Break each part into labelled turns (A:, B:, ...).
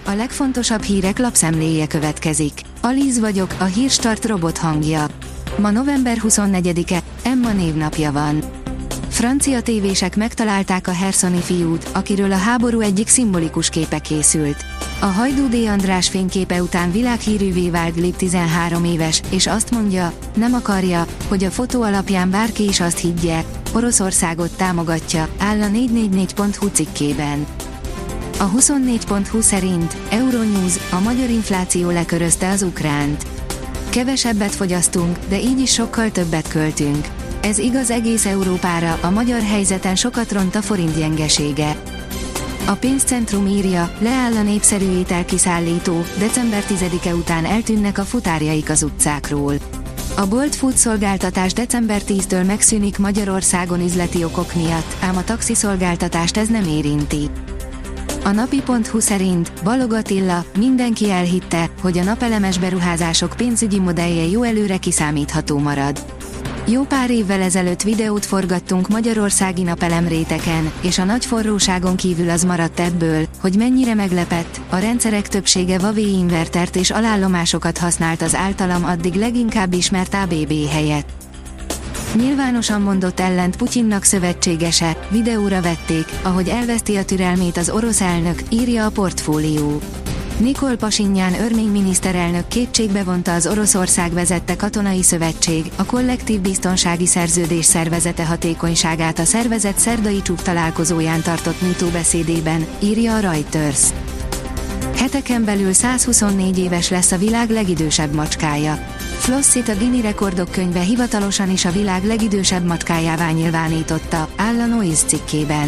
A: A legfontosabb hírek lapszemléje következik. Aliz vagyok, a Hírstart robot hangja. Ma november 24-e, Emma névnapja van. Francia tévések megtalálták a Hersoni fiút, akiről a háború egyik szimbolikus képe készült. A Hajdú D. András fényképe után világhírűvé vált Glib 13 éves, és azt mondja, nem akarja, hogy a fotó alapján bárki is azt higgye, Oroszországot támogatja, áll a 444.hu cikkében. A 24.hu szerint Euronews, a magyar infláció lekörözte az ukránt. Kevesebbet fogyasztunk, de így is sokkal többet költünk. Ez igaz egész Európára, a magyar helyzeten sokat ront a forint gyengesége. A pénzcentrum írja, leáll a népszerű ételkiszállító, december 10-e után eltűnnek a futárjaik az utcákról. A Bolt Food szolgáltatás december 10-től megszűnik Magyarországon üzleti okok miatt, ám a taxiszolgáltatást ez nem érinti. A napi.hu szerint Balog Attila, mindenki elhitte, hogy a napelemes beruházások pénzügyi modellje jó előre kiszámítható marad. Jó pár évvel ezelőtt videót forgattunk magyarországi napelemréteken, és a nagy forróságon kívül az maradt ebből, hogy mennyire meglepett, a rendszerek többsége Huawei invertert és alállomásokat használt az általam addig leginkább ismert ABB helyett. Nyilvánosan mondott ellent Putyinnak szövetségese, videóra vették, ahogy elveszti a türelmét az orosz elnök, írja a Portfólió. Nikol Pasinján örmény miniszterelnök kétségbe vonta az Oroszország vezette katonai szövetség, a kollektív biztonsági szerződés szervezete hatékonyságát a szervezet szerdai csúcstalálkozóján tartott nyitó beszédében, írja a Reuters. Heteken belül 124 éves lesz a világ legidősebb macskája. Flossit a Guinness rekordok könyve hivatalosan is a világ legidősebb macskájává nyilvánította, áll a Noise cikkében.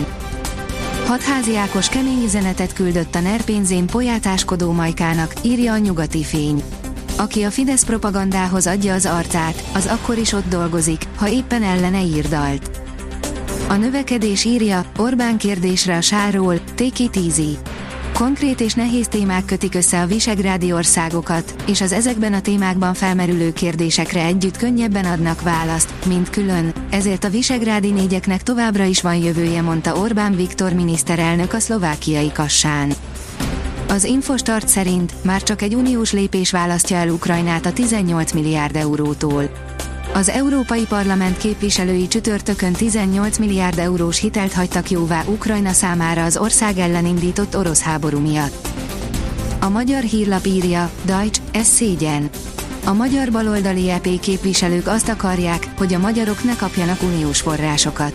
A: Hatházi Ákos kemény üzenetet küldött a NER pénzén polyátáskodó Majkának, írja a Nyugati Fény. Aki a Fidesz propagandához adja az arcát, az akkor is ott dolgozik, ha éppen ellene ír dalt. A növekedés írja, Orbán kérdésre a sárról, take it easy. Konkrét és nehéz témák kötik össze a visegrádi országokat, és az ezekben a témákban felmerülő kérdésekre együtt könnyebben adnak választ, mint külön, ezért a visegrádi négyeknek továbbra is van jövője, mondta Orbán Viktor miniszterelnök a szlovákiai Kassán. Az Infostart szerint már csak egy uniós lépés választja el Ukrajnát a 18 milliárd eurótól. Az Európai Parlament képviselői csütörtökön 18 milliárd eurós hitelt hagytak jóvá Ukrajna számára az ország ellen indított orosz háború miatt. A magyar hírlap írja, Deutsch, ez szégyen. A magyar baloldali EP képviselők azt akarják, hogy a magyarok ne kapjanak uniós forrásokat.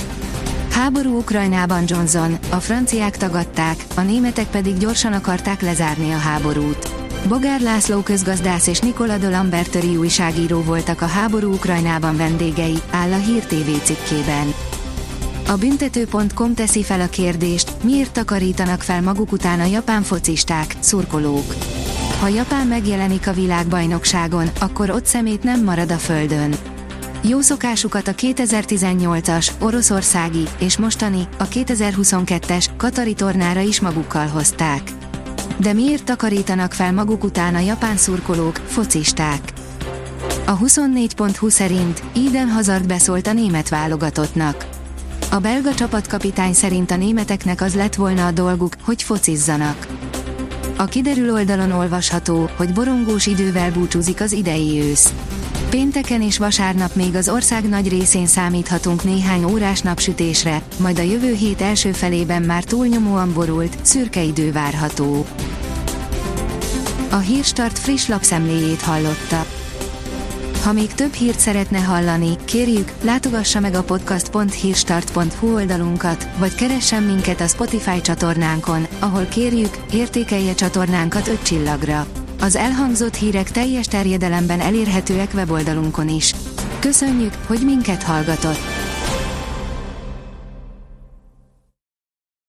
A: Háború Ukrajnában, Johnson, a franciák tagadták, a németek pedig gyorsan akarták lezárni a háborút. Bogár László közgazdász és Nicolas de Lambertery újságíró voltak a háború Ukrajnában vendégei, áll a Hír TV cikkében. A büntető.com teszi fel a kérdést, miért takarítanak fel maguk után a japán focisták, szurkolók. Ha Japán megjelenik a világbajnokságon, akkor ott szemét nem marad a földön. Jó szokásukat a 2018-as, oroszországi, és mostani, a 2022-es, katari tornára is magukkal hozták. De miért takarítanak fel maguk után a japán szurkolók, focisták? A 24.hu szerint Eden Hazard beszólt a német válogatottnak. A belga csapatkapitány szerint a németeknek az lett volna a dolguk, hogy focizzanak. A kiderül oldalon olvasható, hogy borongós idővel búcsúzik az idei ősz. Pénteken és vasárnap még az ország nagy részén számíthatunk néhány órás napsütésre, majd a jövő hét első felében már túlnyomóan borult, szürke idő várható. A Hírstart friss lapszemléjét hallotta. Ha még több hírt szeretne hallani, kérjük, látogassa meg a podcast.hírstart.hu oldalunkat, vagy keressen minket a Spotify csatornánkon, ahol kérjük, értékelje csatornánkat 5 csillagra. Az elhangzott hírek teljes terjedelemben elérhetőek weboldalunkon is. Köszönjük, hogy minket hallgatott!